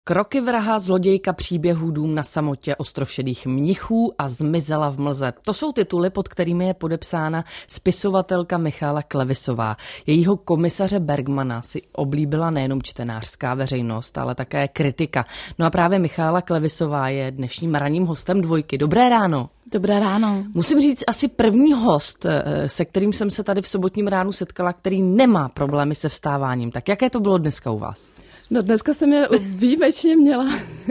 Kroky vraha, zlodějka příběhů, dům na samotě, ostrov šedých mnichů a zmizela v mlze. To jsou tituly, pod kterými je podepsána spisovatelka Michála Klevisová. Jejího komisaře Bergmana si oblíbila nejenom čtenářská veřejnost, ale také kritika. No a právě Michála Klevisová je dnešním ranním hostem Dvojky. Dobré ráno. Dobré ráno. Musím říct, asi první host, se kterým jsem se tady v sobotním ránu setkala, který nemá problémy se vstáváním. Tak jaké to bylo dneska u vás? No dneska jsem je výjimečně měla,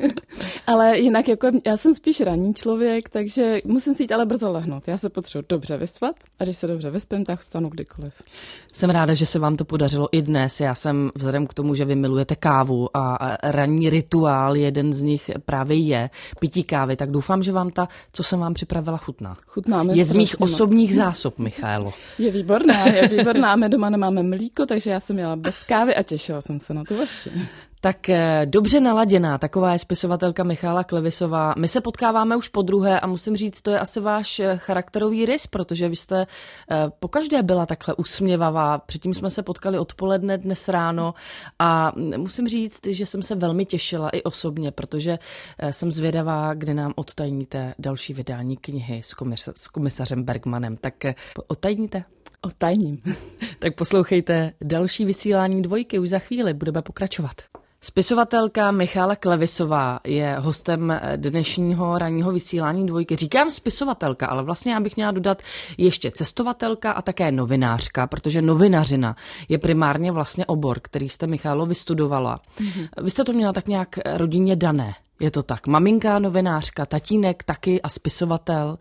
ale jinak jako já jsem spíš ranní člověk, takže musím si jít ale brzo lehnout. Já se potřebuji dobře vyspat a když se dobře vyspím, tak vstanu kdykoliv. Jsem ráda, že se vám to podařilo i dnes. Já jsem vzhledem k tomu, že vy milujete kávu a ranní rituál, jeden z nich právě je pití kávy, tak doufám, že vám ta, co jsem vám připravila, chutná. Chutnáme. Je z mých osobních zásob, Michálo. Je výborná. My doma nemáme mlíko, takže já jsem jela bez kávy a těšila jsem se na tu vaši. Tak dobře naladěná, taková je spisovatelka Michála Klevisová. My se potkáváme už podruhé a musím říct, to je asi váš charakterový rys, protože vy jste pokaždé byla takhle usměvavá. Předtím jsme se potkali odpoledne dnes ráno a musím říct, že jsem se velmi těšila i osobně, protože jsem zvědavá, kde nám odtajníte další vydání knihy s komisařem Bergmanem. Tak odtajníte? Odtajním. Tak poslouchejte další vysílání Dvojky, už za chvíli budeme pokračovat. Spisovatelka Michála Klevisová je hostem dnešního ranního vysílání Dvojky. Říkám spisovatelka, ale vlastně já bych měla dodat ještě cestovatelka a také novinářka, protože novinařina je primárně vlastně obor, který jste, Michálo, vystudovala. Vy jste to měla tak nějak rodině dané. Je to tak. Maminka, novinářka, tatínek taky a spisovatel.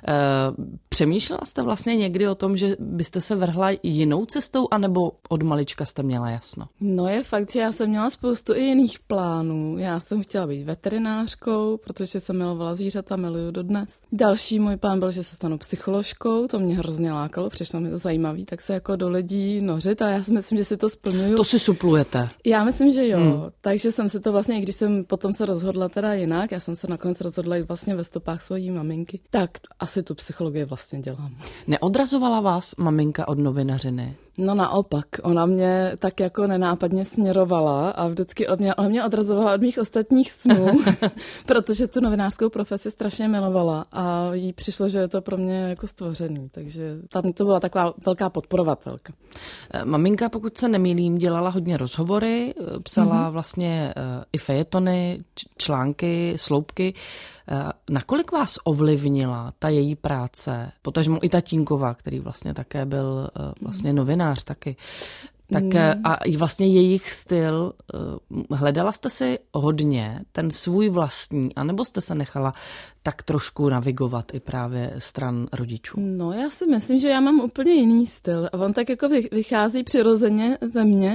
Přemýšlela jste vlastně někdy o tom, že byste se vrhla jinou cestou, anebo od malička jste měla jasno? No je fakt, že já jsem měla spoustu i jiných plánů. Já jsem chtěla být veterinářkou, protože jsem milovala zvířata, miluju dodnes. Další můj plán byl, že se stanu psycholožkou, to mě hrozně lákalo, přišlo mi to zajímavý, tak se jako do lidí nořit a já si myslím, že si to splňuju. To si suplujete. Já myslím, že jo. Takže jsem si to vlastně, když jsem potom se rozhodla teda jinak, já jsem se nakonec rozhodla jít vlastně ve stopách svojí maminky, tak asi tu psychologii vlastně dělám. Neodrazovala vás maminka od novinařiny? No naopak, ona mě tak jako nenápadně směrovala a vždycky ona mě odrazovala od mých ostatních snů, protože tu novinářskou profesi strašně milovala a jí přišlo, že je to pro mě jako stvořený, takže tam to byla taková velká podporovatelka. Maminka, pokud se nemýlím, dělala hodně rozhovory, psala vlastně i fejetony, články, sloupky. Nakolik vás ovlivnila ta její práce, potažmo i tatínkova, který vlastně také byl vlastně novinář taky, tak a i vlastně jejich styl, hledala jste si hodně ten svůj vlastní, anebo jste se nechala tak trošku navigovat i právě stran rodičů? No já si myslím, že já mám úplně jiný styl a on tak jako vychází přirozeně ze mě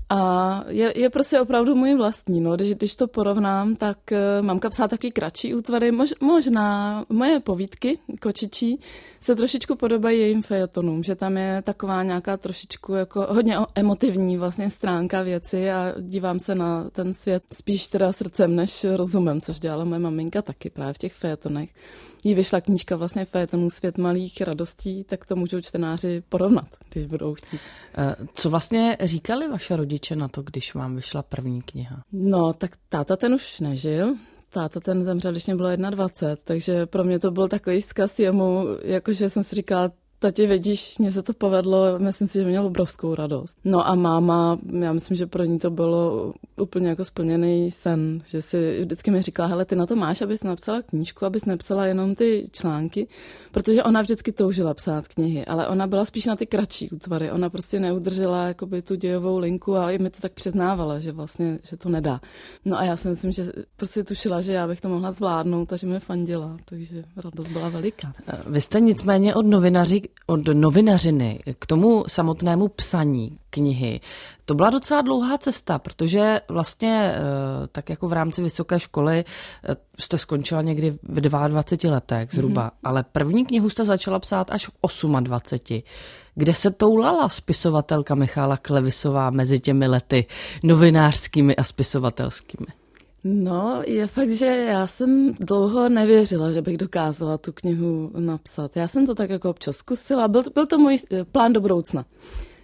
a je prostě opravdu můj vlastní. No. Když to porovnám, tak mamka psala taky kratší útvary. Možná moje povídky kočičí se trošičku podobají jejím fejetonům, že tam je taková nějaká trošičku jako hodně emotivní vlastně stránka věci a dívám se na ten svět spíš teda srdcem než rozumem, což dělala moje maminka taky právě v těch fejetonech. Jí vyšla knížka vlastně fejetonů Svět malých radostí, tak to můžou čtenáři porovnat, když budou chtít. Co vlastně říkali vaše rodiče na to, když vám vyšla první kniha? No, tak táta ten už nežil. Táta ten zemřel, když mě bylo 21, takže pro mě to byl takový vzkaz jemu, jakože jsem si říkala, tati, vidíš, mně se to povedlo, myslím si, že měl obrovskou radost. No a máma, já myslím, že pro ní to bylo úplně jako splněný sen, že si vždycky mi říkala, hele, ty na to máš, abys napsala knížku, abys nepsala jenom ty články, protože ona vždycky toužila psát knihy, ale ona byla spíš na ty kratší útvary, ona prostě neudržela jakoby tu dějovou linku a i mi to tak přiznávala, že vlastně, že to nedá. No a já si myslím, že prostě tušila, že já bych to mohla zvládnout a že mi fandila, takže radost byla veliká. Vy jste nicméně od novinařiny k tomu samotnému psaní knihy. To byla docela dlouhá cesta, protože vlastně tak jako v rámci vysoké školy jste skončila někdy v 22 letech zhruba, ale první knihu jste začala psát až v 28. Kde se toulala spisovatelka Michála Klevisová mezi těmi lety novinářskými a spisovatelskými? No, je fakt, že já jsem dlouho nevěřila, že bych dokázala tu knihu napsat. Já jsem to tak jako občas zkusila, byl to můj plán do budoucna.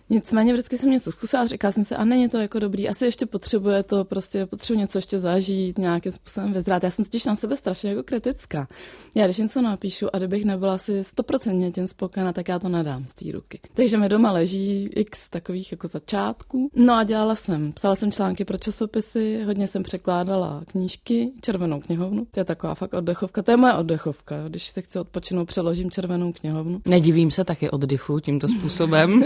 Nicméně vždycky jsem něco zkusila a říkala jsem si, a není to jako dobrý, asi ještě potřebuji něco ještě zažít, nějakým způsobem vyzrát. Já jsem totiž na sebe strašně jako kritická. Já když něco napíšu a kdybych nebyla asi 100% tím spokojená, tak já to nedám z té ruky. Takže mi doma leží x takových jako začátků. No a psala jsem články pro časopisy, hodně jsem překládala knížky, Červenou knihovnu. To je taková fakt oddechovka, to je moje oddechovka. Když se chci odpočinout, přeložím Červenou knihovnu. Nedivím se, taky oddychu tímto způsobem.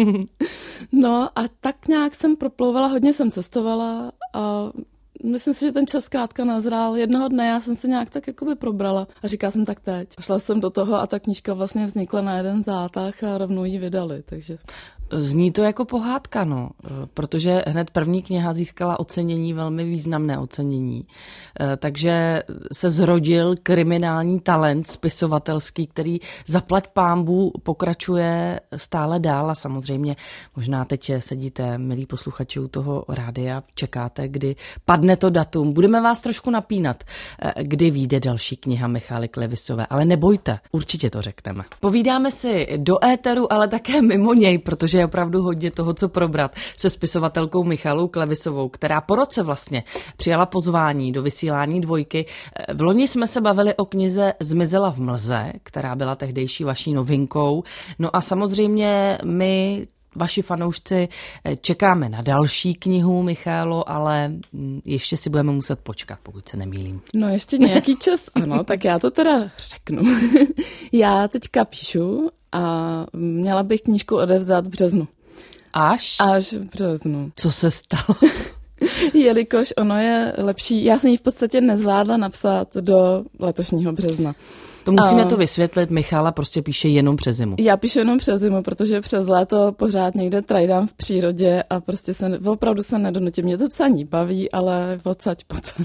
No a tak nějak jsem proplouvala, hodně jsem cestovala a myslím si, že ten čas zkrátka nazrál. Jednoho dne já jsem se nějak tak jakoby probrala a říkala jsem tak teď. A šla jsem do toho a ta knížka vlastně vznikla na jeden zátah a rovnou ji vydali, takže... Zní to jako pohádka, no, protože hned první kniha získala ocenění, velmi významné ocenění. Takže se zrodil kriminální talent spisovatelský, který zaplať pánbů pokračuje stále dál a samozřejmě možná teď sedíte, milí posluchači, u toho rádia, čekáte, kdy padne to datum. Budeme vás trošku napínat, kdy vyjde další kniha Michaly Klevisové, ale nebojte, určitě to řekneme. Povídáme si do éteru, ale také mimo něj, protože je opravdu hodně toho, co probrat se spisovatelkou Michalou Klevisovou, která po roce vlastně přijala pozvání do vysílání Dvojky. V loni jsme se bavili o knize Zmizela v mlze, která byla tehdejší vaší novinkou. No a samozřejmě my, vaši fanoušci, čekáme na další knihu, Michálo, ale ještě si budeme muset počkat, pokud se nemýlím. No ještě nějaký čas, ano, tak já to teda řeknu. Já teďka píšu a měla bych knížku odevzdat v březnu. Až v březnu. Co se stalo? Jelikož ono je lepší, já jsem ji v podstatě nezvládla napsat do letošního března. To musíme to vysvětlit, Michála prostě píše jenom přes zimu. Já píšu jenom přes zimu, protože přes léto pořád někde trajdám v přírodě a prostě opravdu se nedonutím. Mě to psaní baví, ale odsaď pocať.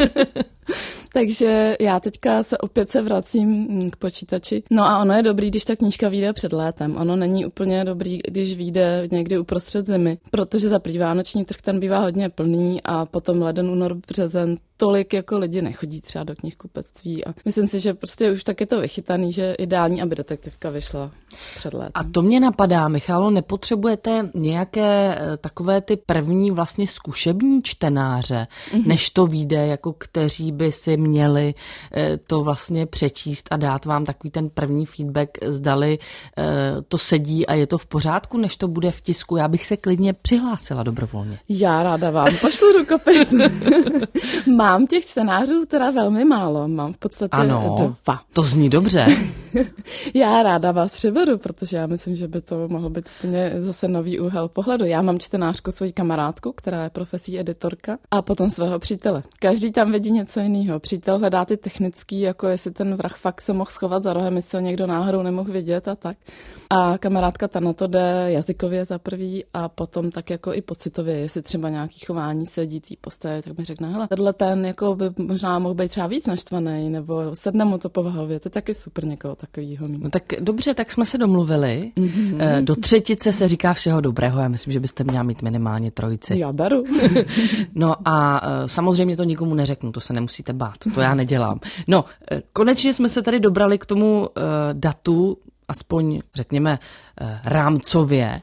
Takže já teďka se vracím k počítači. No a ono je dobrý, když ta knížka vyjde před létem. Ono není úplně dobrý, když vyjde někdy uprostřed zimy, protože za první vánoční trh ten bývá hodně plný a potom leden, únor, březen tolik jako lidi nechodí třeba do knihkupectví a myslím si, že prostě už tak je to vychytaný, že ideální, aby detektivka vyšla před létem. A to mě napadá, Michálo, nepotřebujete nějaké takové ty první vlastně zkušební čtenáře, než to vyjde, jako kteří by si měli to vlastně přečíst a dát vám takový ten první feedback, zdali to sedí a je to v pořádku, než to bude v tisku. Já bych se klidně přihlásila dobrovolně. Já ráda vám pošlu rukopis. Mám těch čtenářů teda velmi málo, mám v podstatě 2. To zní dobře. Já ráda vás přivedu, protože já myslím, že by to mohlo být úplně zase nový úhel pohledu. Já mám čtenářku, svoji kamarádku, která je profesí editorka, a potom svého přítele. Každý tam vidí něco jiného. Přítel hledá ty technický, jako jestli ten vrah fakt se mohl schovat za rohem, jestli ho někdo náhodou nemohl vidět a tak. A kamarádka ta na to jde jazykově za prvý a potom tak jako i pocitově, jestli třeba nějaký chování sedí tý postavy, tak mi řekne, hele, tenhle ten jako by možná mohl být třeba víc naštvaný, nebo sedne mu to povahově, to je taky super někoho takovýho mít. No tak dobře, tak jsme se domluvili. Do třetice se říká všeho dobrého, já myslím, že byste měla mít minimálně 3. Já beru. No a samozřejmě to nikomu neřeknu, to se nemusíte bát, to já nedělám. No, konečně jsme se tady dobrali k tomu datu, aspoň řekněme rámcově.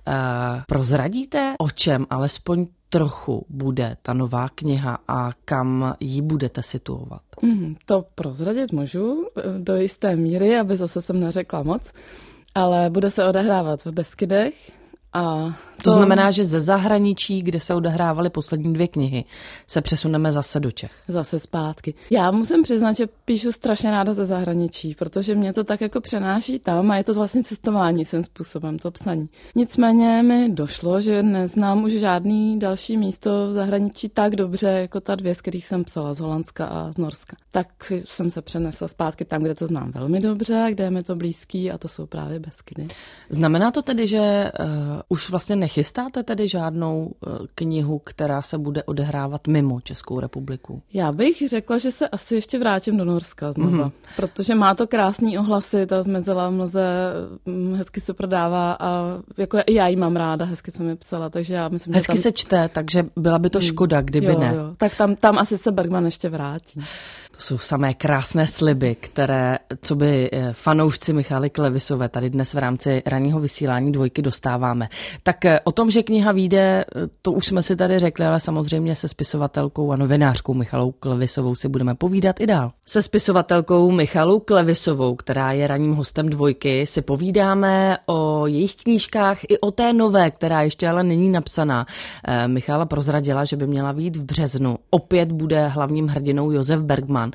Prozradíte, o čem alespoň trochu bude ta nová kniha a kam ji budete situovat? To prozradit můžu do jisté míry, aby zase jsem neřekla moc, ale bude se odehrávat v Beskydech. A to znamená, že ze zahraničí, kde se odehrávaly poslední 2 knihy, se přesuneme zase do Čech. Zase zpátky. Já musím přiznat, že píšu strašně ráda ze zahraničí, protože mě to tak jako přenáší tam a je to vlastně cestování svým způsobem, to psaní. Nicméně mi došlo, že neznám už žádný další místo v zahraničí tak dobře, jako ta 2, z kterých jsem psala, z Holandska a z Norska. Tak jsem se přenesla zpátky tam, kde to znám velmi dobře, kde je mi to blízký, a to jsou právě Beskydy. Znamená to tedy, že už vlastně nechystáte tedy žádnou knihu, která se bude odehrávat mimo Českou republiku? Já bych řekla, že se asi ještě vrátím do Norska znova, protože má to krásný ohlasy, ta Zmizela v mlze hezky se prodává a jako i já ji mám ráda, hezky jsem mi psala, takže já myslím, hezky že tam... se čte, takže byla by to škoda, kdyby jo, ne. Jo. Tak tam asi se Bergman ještě vrátí. To jsou samé krásné sliby, které, co by fanoušci Michaly Klevisové tady dnes v rámci ranního vysílání Dvojky dostáváme. Tak o tom, že kniha vyjde, to už jsme si tady řekli, ale samozřejmě se spisovatelkou a novinářkou Michalou Klevisovou si budeme povídat i dál. Se spisovatelkou Michalou Klevisovou, která je ranním hostem Dvojky, si povídáme o jejich knížkách i o té nové, která ještě ale není napsaná. Michala prozradila, že by měla vyjít v březnu. Opět bude hlavním hrdinou Josef Bergman.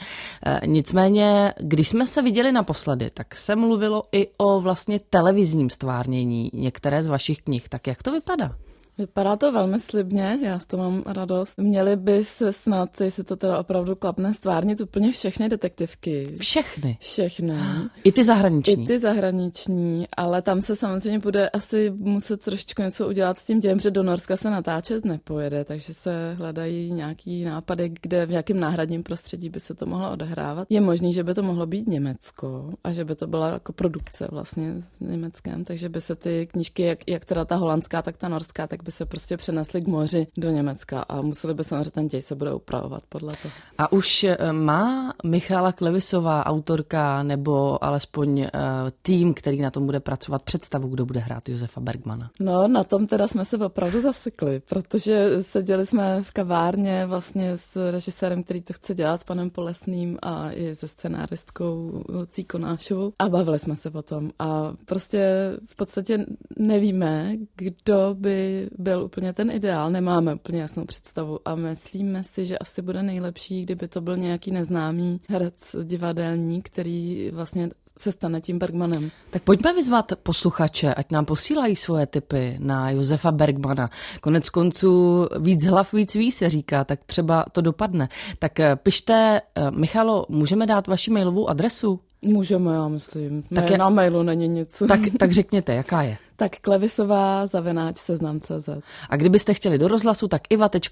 Nicméně, když jsme se viděli naposledy, tak se mluvilo i o vlastně televizním stvárnění některé z vašich knih. Tak jak to vypadá? Vypadá to velmi slibně, já z toho mám radost. Měli by se snad, jestli to teda opravdu klapne, stvárnit úplně všechny detektivky. Všechny? Všechny. I ty zahraniční? I ty zahraniční, ale tam se samozřejmě bude asi muset trošičku něco udělat s tím dějem, že do Norska se natáčet nepojede, takže se hledají nějaký nápady, kde v jakém náhradním prostředí by se to mohlo odehrávat. Je možný, že by to mohlo být Německo a že by to byla jako produkce vlastně s Německem, takže by se ty knížky, jak teda ta holandská, tak ta norská, tak by se prostě přenesli k moři do Německa a museli by samozřejmě ten děj se bude upravovat podle toho. A už má Michala Klevisová, autorka, nebo alespoň tým, který na tom bude pracovat, představu, kdo bude hrát Josefa Bergmana? No, na tom teda jsme se opravdu zasekli, protože seděli jsme v kavárně vlastně s režisérem, který to chce dělat, s panem Polesným a i se scenáristkou Lucí Konášovou a bavili jsme se o tom a prostě v podstatě nevíme, kdo by byl úplně ten ideál, nemáme úplně jasnou představu a myslíme si, že asi bude nejlepší, kdyby to byl nějaký neznámý herec divadelní, který vlastně se stane tím Bergmanem. Tak pojďme vyzvat posluchače, ať nám posílají svoje tipy na Josefa Bergmana. Konec konců víc hlav, víc ví se říká, tak třeba to dopadne. Tak pište, Michalo, můžeme dát vaši mailovou adresu? Můžeme, já myslím. Na mailu není nic. Tak řekněte, jaká je? Tak klevisová@seznam.cz. A kdybyste chtěli do rozhlasu, tak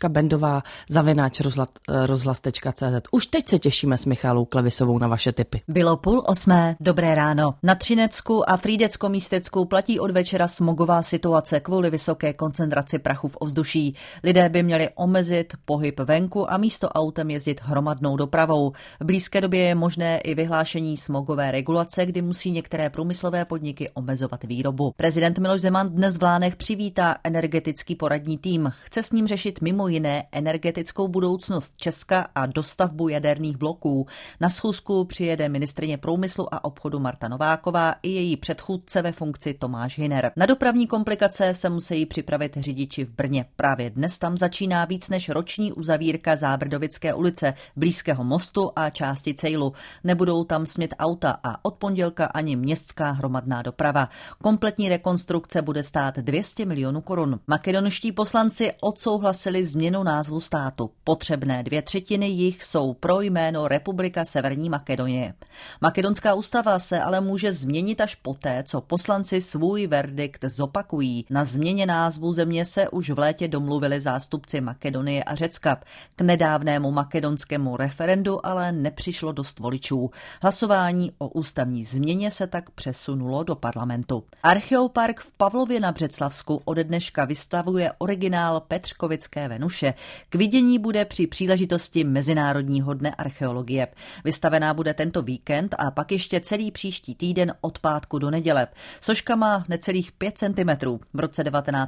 iva.bendová@rozhlas.cz. Už teď se těšíme s Michalou Klevisovou na vaše tipy. Bylo 7:30, dobré ráno. Na Třinecku a Frýdecko-Místecku platí od večera smogová situace kvůli vysoké koncentraci prachu v ovzduší. Lidé by měli omezit pohyb venku a místo autem jezdit hromadnou dopravou. V blízké době je možné i vyhlášení smogové regulace, kdy musí některé průmyslové podniky omezovat výrobu. Prezident Miloš Zeman dnes v Lánech přivítá energetický poradní tým. Chce s ním řešit mimo jiné energetickou budoucnost Česka a dostavbu jaderných bloků. Na schůzku přijede ministryně průmyslu a obchodu Marta Nováková i její předchůdce ve funkci Tomáš Hüner. Na dopravní komplikace se musí připravit řidiči v Brně. Právě dnes tam začíná víc než roční uzavírka Zábrdovické ulice, blízkého mostu a části Cejlu. Nebudou tam smět auta a od pondělka ani městská hromadná doprava. Kompletní rekonstrukce bude stát 200 milionů korun. Makedonští poslanci odsouhlasili změnu názvu státu. Potřebné 2/3 jich jsou pro jméno Republika Severní Makedonie. Makedonská ústava se ale může změnit až poté, co poslanci svůj verdikt zopakují. Na změně názvu země se už v létě domluvili zástupci Makedonie a Řecka. K nedávnému makedonskému referendu ale nepřišlo dost voličů. Hlasování o ústavní změně se tak přesunulo do parlamentu. Archeopark v Pavlově na Břeclavsku ode dneška vystavuje originál Petřkovické Venuše. K vidění bude při příležitosti Mezinárodního dne archeologie. Vystavená bude tento víkend a pak ještě celý příští týden od pátku do neděle. Soška má necelých 5 cm. V roce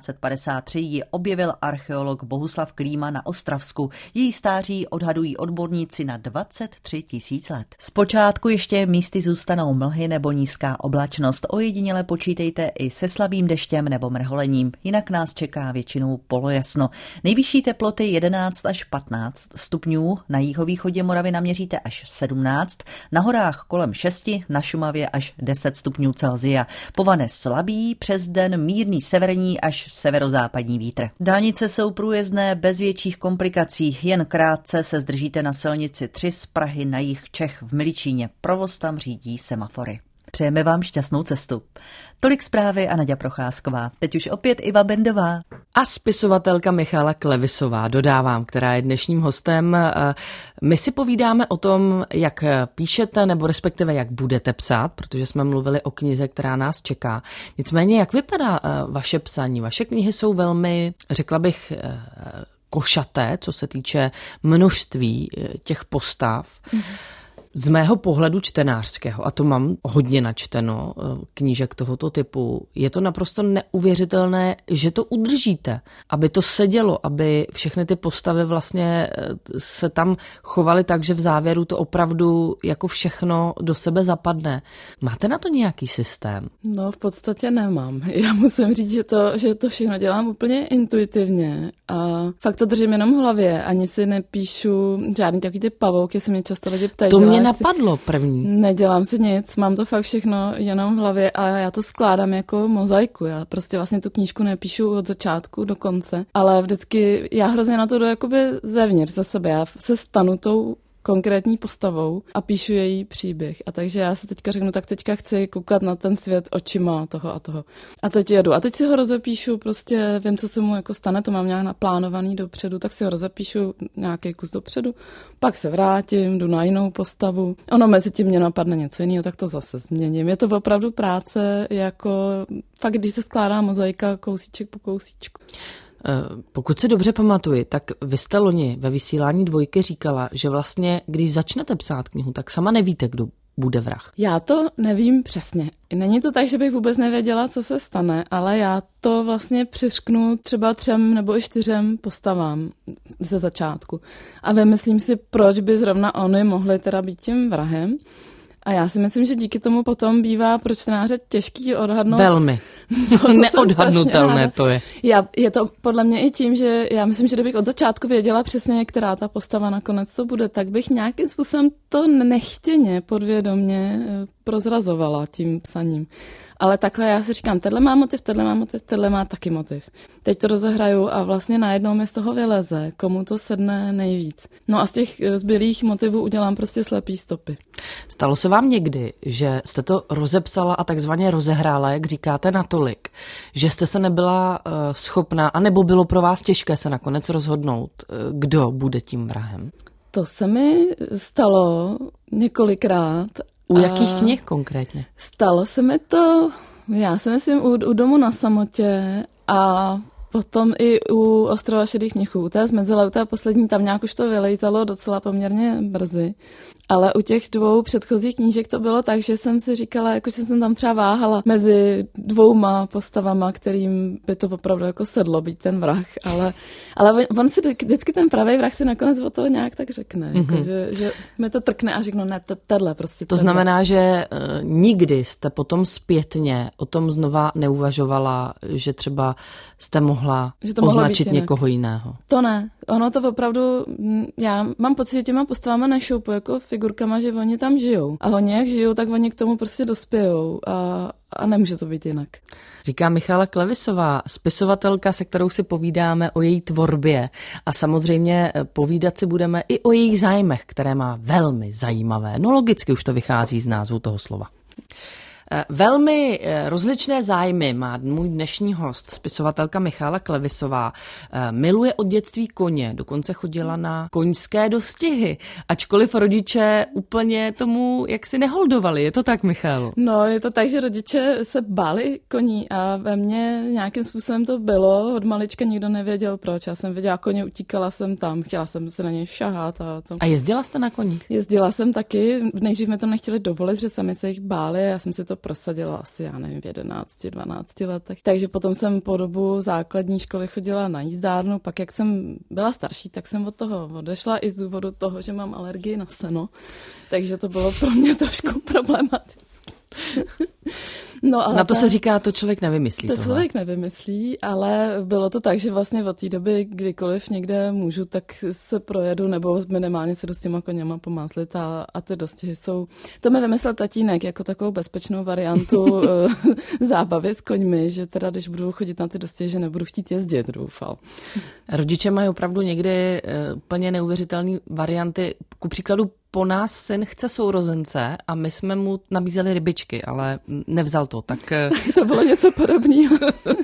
1953 ji objevil archeolog Bohuslav Klíma na Ostravsku. Její stáří odhadují odborníci na 23 000 let. Zpočátku ještě místy zůstanou mlhy nebo nízká oblačnost. Ojediněle počítejte i se slabým deštěm nebo mrholením, jinak nás čeká většinou polojasno. Nejvyšší teploty 11 až 15 stupňů, na jihovýchodě Moravy naměříte až 17, na horách kolem 6, na Šumavě až 10 stupňů Celsia. Povane slabý, přes den mírný severní až severozápadní vítr. Dálnice jsou průjezdné bez větších komplikací, jen krátce se zdržíte na silnici 3 z Prahy na jih Čech v Miličíně. Provoz tam řídí semafory. Přejeme vám šťastnou cestu. Tolik zprávy a Naďa Procházková. Teď už opět Iva Bendová. A spisovatelka Michala Klevisová, dodávám, která je dnešním hostem. My si povídáme o tom, jak píšete, nebo respektive jak budete psát, protože jsme mluvili o knize, která nás čeká. Nicméně, jak vypadá vaše psaní? Vaše knihy jsou velmi, řekla bych, košaté, co se týče množství těch postav. Z mého pohledu čtenářského, a to mám hodně načteno knížek tohoto typu, je to naprosto neuvěřitelné, že to udržíte, aby to sedělo, aby všechny ty postavy vlastně se tam chovaly tak, že v závěru to opravdu jako všechno do sebe zapadne. Máte na to nějaký systém? No, v podstatě nemám. Já musím říct, že to všechno dělám úplně intuitivně a fakt to držím jenom v hlavě, ani si nepíšu žádný takový ty pavouky, se mě často lidi ptají. To mě napadlo první. Nedělám si nic, mám to fakt všechno jenom v hlavě a já to skládám jako mozaiku. Já prostě vlastně tu knížku nepíšu od začátku do konce, ale vždycky já hrozně na to jdu jakoby zevnitř za sebe. Já se stanu tou konkrétní postavou a píšu její příběh. A takže já se teďka řeknu, tak teďka chci koukat na ten svět očima toho a toho. A teď jedu. A teď si ho rozepíšu, prostě vím, co se mu jako stane, to mám nějak naplánovaný dopředu, tak si ho rozepíšu nějaký kus dopředu, pak se vrátím, jdu na jinou postavu. Ono mezi tím mě napadne něco jiného, tak to zase změním. Je to opravdu práce, jako fakt, když se skládá mozaika kousíček po kousíčku. Pokud si dobře pamatuji, tak vy jste loni ve vysílání Dvojky říkala, že vlastně, když začnete psát knihu, tak sama nevíte, kdo bude vrah. Já to nevím přesně. Není to tak, že bych vůbec nevěděla, co se stane, ale já to vlastně přiřknu třeba 3 nebo i 4 postavám ze začátku. A vymyslím si, proč by zrovna oni mohli teda být tím vrahem. A já si myslím, že díky tomu potom bývá pro čtenáře těžký odhadnout. Velmi. Neodhadnutelné to je. Je to podle mě i tím, že já myslím, že kdybych od začátku věděla přesně, která ta postava nakonec to bude, tak bych nějakým způsobem to nechtěně, podvědomě prozrazovala tím psaním. Ale takhle já si říkám, tenhle má motiv, tenhle má taky motiv. Teď to rozehraju a vlastně najednou mi z toho vyleze, komu to sedne nejvíc. No a z těch zbylých motivů udělám prostě slepý stopy. Stalo se vám někdy, že jste to rozepsala a takzvaně rozehrála, jak říkáte, natolik, že jste se nebyla schopná, anebo bylo pro vás těžké se nakonec rozhodnout, kdo bude tím vrahem? To se mi stalo několikrát. U jakých knih konkrétně? Stalo se mi to, já si myslím, u Domu na samotě a potom i u Ostrova šedých měchů. U té zmizela, u té poslední, tam nějak už to vylejzalo docela poměrně brzy. Ale u těch 2 předchozích knížek to bylo tak, že jsem si říkala, jako, že jsem tam třeba váhala mezi 2 postavama, kterým by to opravdu jako sedlo být ten vrah. Ale on si vždycky ten pravý vrah si nakonec o toho nějak tak řekne. Mm-hmm. Jako, že mi to trkne a řeknu, ne, tohle prostě. To znamená, že nikdy jste potom zpětně o tom znova neuvažovala, že třeba jste mohla označit někoho jiného. To ne. Ono to opravdu, já mám pocit, že těma postavama nešoupu jako figurkama, že oni tam žijou. A oni jak žijou, tak oni k tomu prostě dospějou a nemůže to být jinak. Říká Michala Klevisová, spisovatelka, se kterou si povídáme o její tvorbě a samozřejmě povídat si budeme i o jejich zájmech, které má velmi zajímavé. No logicky už to vychází z názvu toho slova. Velmi rozličné zájmy má můj dnešní host, spisovatelka Michala Klevisová. Miluje od dětství koně, dokonce chodila na koňské dostihy, ačkoliv rodiče úplně tomu jaksi neholdovali. Je to tak, Michal? No, je to tak, že rodiče se báli koní a ve mně nějakým způsobem to bylo. Od malička nikdo nevěděl proč. Já jsem viděla koně, utíkala jsem tam, chtěla jsem se na ně šahat. A jezdila jste na koních? Jezdila jsem taky. Nejdřív mi to nechtěli dovolit, že sami se jich báli. Já jsem si to prosadila asi, já nevím, v 11-12 letech. Takže potom jsem po dobu základní školy chodila na jízdárnu, pak jak jsem byla starší, tak jsem od toho odešla i z důvodu toho, že mám alergii na seno. Takže to bylo pro mě trošku problematické. No, ale na to se říká, to člověk nevymyslí. To člověk nevymyslí, ale bylo to tak, že vlastně od té doby, kdykoliv někde můžu, tak se projedu, nebo minimálně se jdu s těma koněma pomázlit a ty dostihy jsou... To mi vymyslel tatínek jako takovou bezpečnou variantu zábavy s koňmi, že teda, když budu chodit na ty dostihy, že nebudu chtít jezdit, doufal. Rodiče mají opravdu někdy úplně neuvěřitelné varianty. Ku příkladu po nás syn chce sourozence a my jsme mu nabízeli rybičky, ale nevzal to, tak... To bylo něco podobného.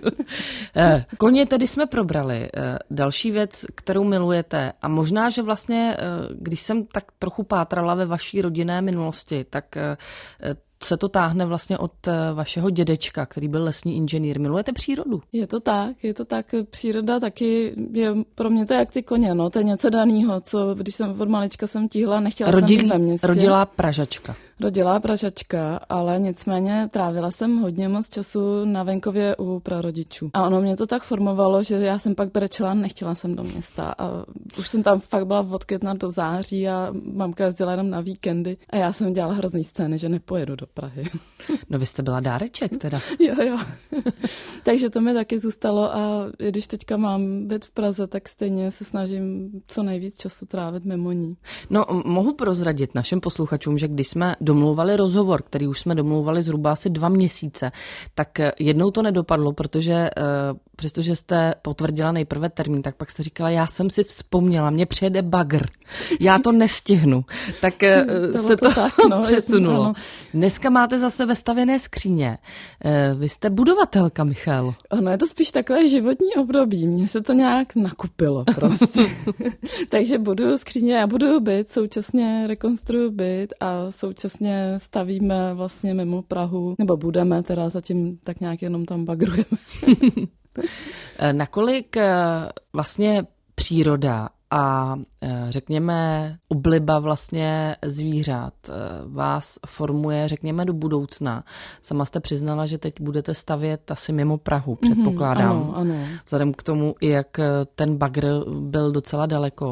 Koně tedy jsme probrali. Další věc, kterou milujete, a možná, že vlastně, když jsem tak trochu pátrala ve vaší rodinné minulosti, tak se to táhne vlastně od vašeho dědečka, který byl lesní inženýr. Milujete přírodu? Je to tak. Příroda taky je pro mě to jak ty koně, no. To je něco danýho, co když jsem od malička jsem tíhla, nechtěla jsem být ve městě. Rodilá Pražačka. Rodilá Pražačka, ale nicméně trávila jsem hodně moc času na venkově u prarodičů. A ono mě to tak formovalo, že já jsem pak brečela, nechtěla jsem do města. A už jsem tam fakt byla od května do září a mamka jezdila jenom na víkendy. A já jsem dělala hrozný scény, že nepojedu do Prahy. No vy jste byla dáreček teda. Jo. Takže to mi taky zůstalo a když teďka mám být v Praze, tak stejně se snažím co nejvíc času trávit mimo ní. No, mohu prozradit našim posluchačům, že když jsme domlouvali rozhovor, který už jsme domlouvali zhruba asi 2 měsíce, tak jednou to nedopadlo, protože přestože jste potvrdila nejprve termín, tak pak jste říkala, já jsem si vzpomněla, mně přijede bagr, já to nestihnu. Tak se to tak, přesunulo. Ano. Dneska máte zase vestavěné skříně. Vy jste budovatelka, Michal. Ono je to spíš takové životní období. Mně se to nějak nakupilo prostě. Takže buduju skříně, já buduju byt, současně rekonstruju byt a současně stavíme vlastně mimo Prahu, nebo budeme teda zatím tak nějak jenom tam bagrujeme. Nakolik vlastně příroda a řekněme obliba vlastně zvířat vás formuje, řekněme, do budoucna. Sama jste přiznala, že teď budete stavět asi mimo Prahu, předpokládám. Ano. Vzhledem k tomu, jak ten bagr byl docela daleko.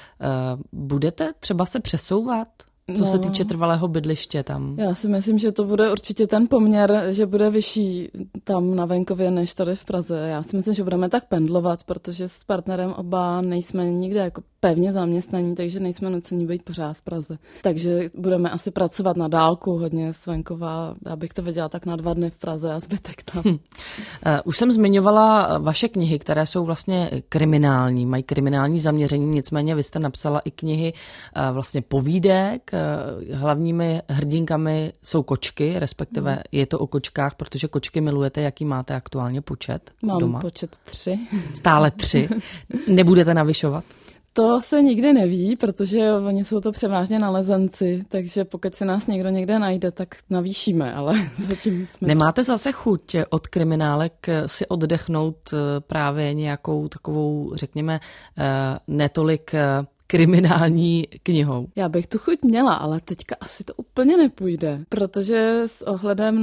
Budete třeba se přesouvat? Co se týče trvalého bydliště tam? Já si myslím, že to bude určitě ten poměr, že bude vyšší tam na venkově než tady v Praze. Já si myslím, že budeme tak pendlovat, protože s partnerem oba nejsme nikde jako pevně zaměstnaní, takže nejsme nuceni být pořád v Praze. Takže budeme asi pracovat na dálku hodně z venkova, abych to věděla tak na 2 dny v Praze a zbytek tam. Už jsem zmiňovala vaše knihy, které jsou vlastně kriminální, mají kriminální zaměření, nicméně vy jste napsala i knihy vlastně povídek. Hlavními hrdinkami jsou kočky, respektive je to o kočkách, protože kočky milujete. Jaký máte aktuálně počet doma? Mám počet 3. Stále 3. Nebudete navyšovat? To se nikdy neví, protože oni jsou to převážně nalezenci, takže pokud se nás někdo někde najde, tak navýšíme, ale zatím jsme... Nemáte zase chuť od kriminálek si oddechnout právě nějakou takovou, řekněme, netolik kriminální knihou? Já bych tu chuť měla, ale teďka asi to úplně nepůjde, protože s ohledem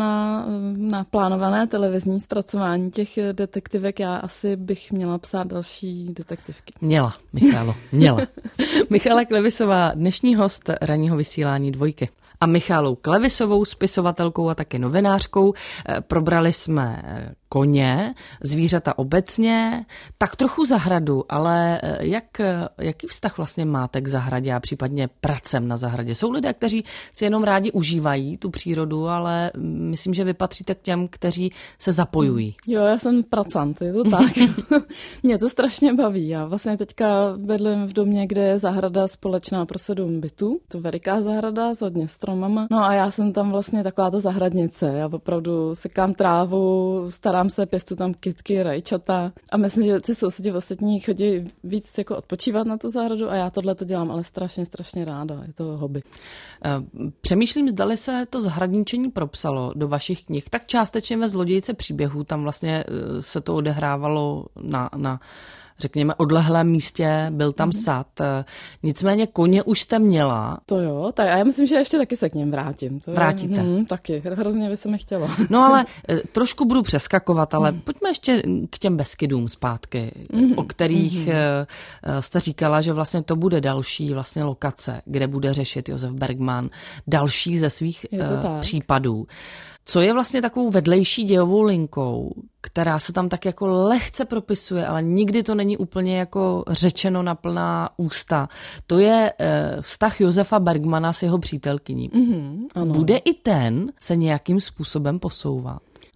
na plánované televizní zpracování těch detektivek já asi bych měla psát další detektivky. Měla, Michálo, měla. Michála Klevisová, dnešní host ranního vysílání Dvojky. A Michalou Klevisovou, spisovatelkou a taky novinářkou, probrali jsme koně, zvířata obecně, tak trochu zahradu, ale jaký vztah vlastně máte k zahradě a případně pracem na zahradě? Jsou lidé, kteří si jenom rádi užívají tu přírodu, ale myslím, že vy patříte k těm, kteří se zapojují. Jo, já jsem pracant, je to tak. Mě to strašně baví. Já vlastně teďka bydlím v domě, kde je zahrada společná pro 7 bytů. To veliká zahrada s hodně stromama. No a já jsem tam vlastně taková ta zahradnice. Já opravdu sekám trávu, starám se, pěstu tam kytky, rajčata. A myslím, že ty sousedí ostatní chodí víc jako odpočívat na tu zahradu a já tohle to dělám, ale strašně ráda. Je to hobby. Přemýšlím, zdali se to zahradničení propsalo do vašich knih. Tak částečně ve Zlodějce příběhů, tam vlastně se to odehrávalo na řekněme, odlehlém místě, byl tam sad. Nicméně koně už jste měla. To jo, tak a já myslím, že ještě taky se k něm vrátím. Vrátíte? Taky, hrozně by se mi chtělo. No ale trošku budu přeskakovat, ale pojďme ještě k těm Beskydům zpátky, o kterých jste říkala, že vlastně to bude další vlastně lokace, kde bude řešit Josef Bergman další ze svých případů. Co je vlastně takovou vedlejší dějovou linkou, která se tam tak jako lehce propisuje, ale nikdy to není úplně jako řečeno na plná ústa. To je vztah Josefa Bergmana s jeho přítelkyní. Ano. Bude i ten se nějakým způsobem posouvat?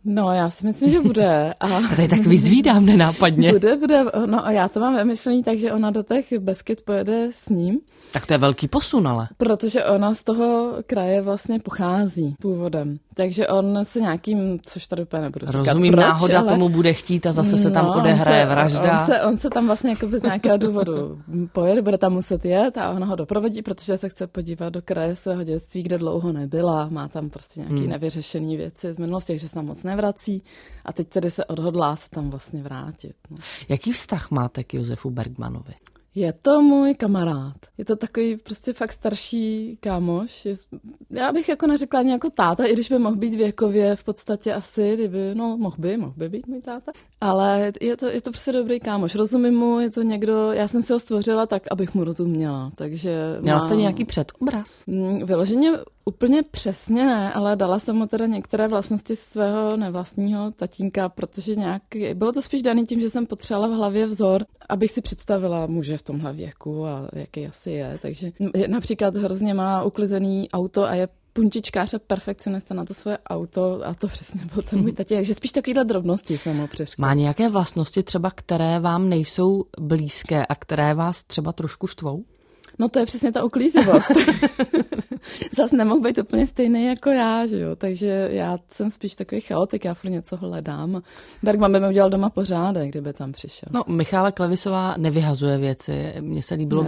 No, já si myslím, že bude. A tady tak vyzvídám nenápadně. Bude. No a já to mám vymyšlený tak, že ona do těch Beskyd pojede s ním. Tak to je velký posun, ale. Protože ona z toho kraje vlastně pochází původem. Takže on se nějakým, což tady úplně nebudu říkat. Rozumím, proč, náhoda ale tomu bude chtít a zase se tam odehraje vražda. On se tam vlastně jako bez nějakého důvodu pojede, bude tam muset jet a ona ho doprovodí, protože se chce podívat do kraje svého dětství, kde dlouho nebyla. Má tam prostě nějaké nevyřešené věci z minulosti, takže se tam moc nevrací a teď tedy se odhodlá se tam vlastně vrátit. No. Jaký vztah máte k Josefu Bergmanovi? Je to můj kamarád. Je to takový prostě fakt starší kámoš. Já bych jako neřekla ani jako táta, i když by mohl být věkově v podstatě asi, kdyby, no mohl by být můj táta. Ale je to prostě dobrý kámoš. Rozumím mu, je to někdo, já jsem si ho stvořila tak, abych mu rozuměla. Takže měla jste nějaký předobraz? Vyloženě úplně přesně ne, ale dala jsem mu teda některé vlastnosti svého nevlastního tatínka, protože bylo to spíš daný tím, že jsem potřebovala v hlavě vzor, abych si představila muže v tomhle věku a jaký asi je. Takže například hrozně má uklizený auto a je puntičkář a perfekcionista na to svoje auto a to přesně byl ten můj tatínek. Takže spíš takovýhle drobnosti jsem mu přišla. Má nějaké vlastnosti třeba, které vám nejsou blízké a které vás třeba trošku štvou? No to je přesně ta uklízivost. Zas nemohl být úplně stejný jako já, že jo, takže já jsem spíš takový chaotik, já furt něco hledám. Bergman by mi udělal doma pořádek, kdyby tam přišel. No, Michála Klevisová nevyhazuje věci. Mně se líbilo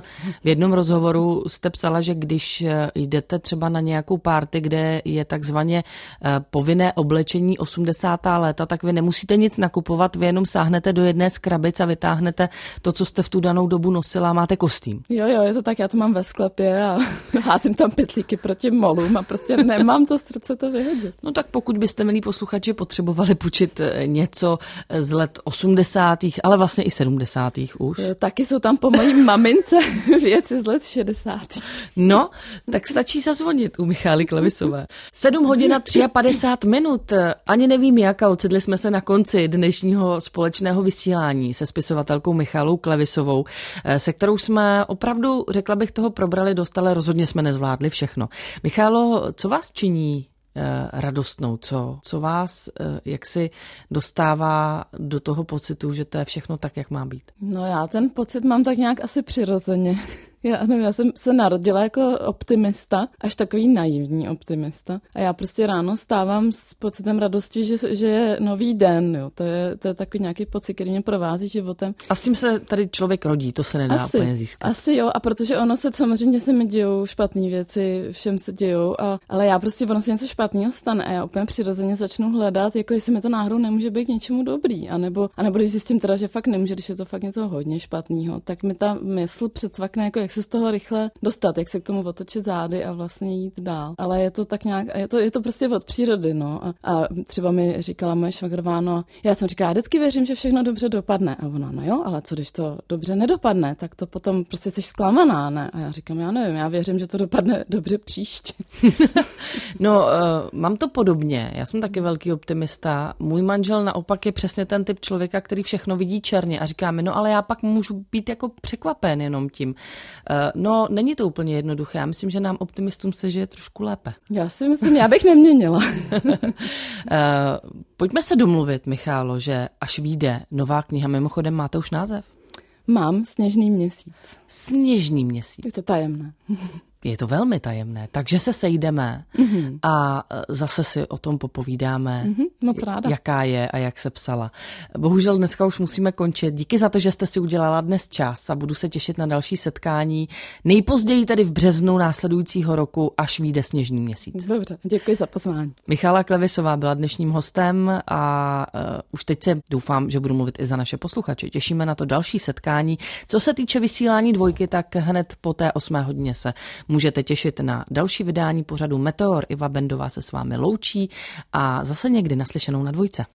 v jednom rozhovoru jste psala, že když jdete třeba na nějakou party, kde je takzvaně povinné oblečení 80. léta, tak vy nemusíte nic nakupovat, vy jenom sáhnete do jedné z krabic a vytáhnete to, co jste v tu danou dobu nosila a máte kostým. Jo, je to tak, já to mám ve sklepě a házím tam pytlíky proti molům a prostě nemám to srdce to vyhodit. No tak pokud byste, milí posluchači, potřebovali půjčit něco z let 80., ale vlastně i 70. už. Taky jsou tam po mojí mamince věci z let 60. No, tak stačí zazvonit u Michály Klevisové. 7 hodin a 53 minut. Ani nevím jak, a ocitli jsme se na konci dnešního společného vysílání se spisovatelkou Michálou Klevisovou, se kterou jsme opravdu, řekla bych, toho probrali dost, ale rozhodně jsme nezvládli všechno. Michálo, co vás činí radostnou? Co vás jaksi dostává do toho pocitu, že to je všechno tak, jak má být? No já ten pocit mám tak nějak asi přirozeně. Já jsem se narodila jako optimista, až takový naivní optimista. A já prostě ráno stávám s pocitem radosti, že je nový den. Jo. To je takový nějaký pocit, který mě provází životem. A s tím se tady člověk rodí, to se nedá úplně získat. Asi jo, a protože samozřejmě se mi dějou špatné věci, všem se dějou, ale já prostě ono se něco špatného stane a já úplně přirozeně začnu hledat, jako jestli mi to náhodou nemůže být k něčemu dobrý, anebo když zjistím teda, že fakt nemůže, když je to fakt něco hodně špatného, tak mi ta mysl předsvakne, jako jak se z toho rychle dostat, jak se k tomu otočit zády a vlastně jít dál. Ale je to tak nějak, je to prostě od přírody, no. A třeba mi říkala moje švagrová, no, já jsem říkala, já vždycky věřím, že všechno dobře dopadne. A ona, no jo, ale co když to dobře nedopadne, tak to potom prostě jsi zklamaná, ne? A já říkám, já nevím, já věřím, že to dopadne dobře příště. No, mám to podobně. Já jsem taky velký optimista. Můj manžel naopak je přesně ten typ člověka, který všechno vidí černě a říká mi, no ale já pak můžu být jako překvapen jenom tím. No, není to úplně jednoduché. Já myslím, že nám optimistům se žije trošku lépe. Já si myslím, já bych neměnila. Pojďme se domluvit, Michálo, že až vyjde nová kniha, mimochodem máte už název? Mám, Sněžný měsíc. Sněžný měsíc. Je to tajemné. Je to velmi tajemné, takže se sejdeme a zase si o tom popovídáme, moc ráda. Jaká je a jak se psala. Bohužel dneska už musíme končit. Díky za to, že jste si udělala dnes čas a budu se těšit na další setkání. Nejpozději tedy v březnu následujícího roku, až vyjde Sněžný měsíc. Dobře, děkuji za pozvání. Michála Klevisová byla dnešním hostem a už teď se doufám, že budu mluvit i za naše posluchače. Těšíme na to další setkání. Co se týče vysílání Dvojky, tak hned po té 8. hodině se můžete těšit na další vydání pořadu Meteor. Iva Bendová se s vámi loučí a zase někdy naslyšenou na Dvojce.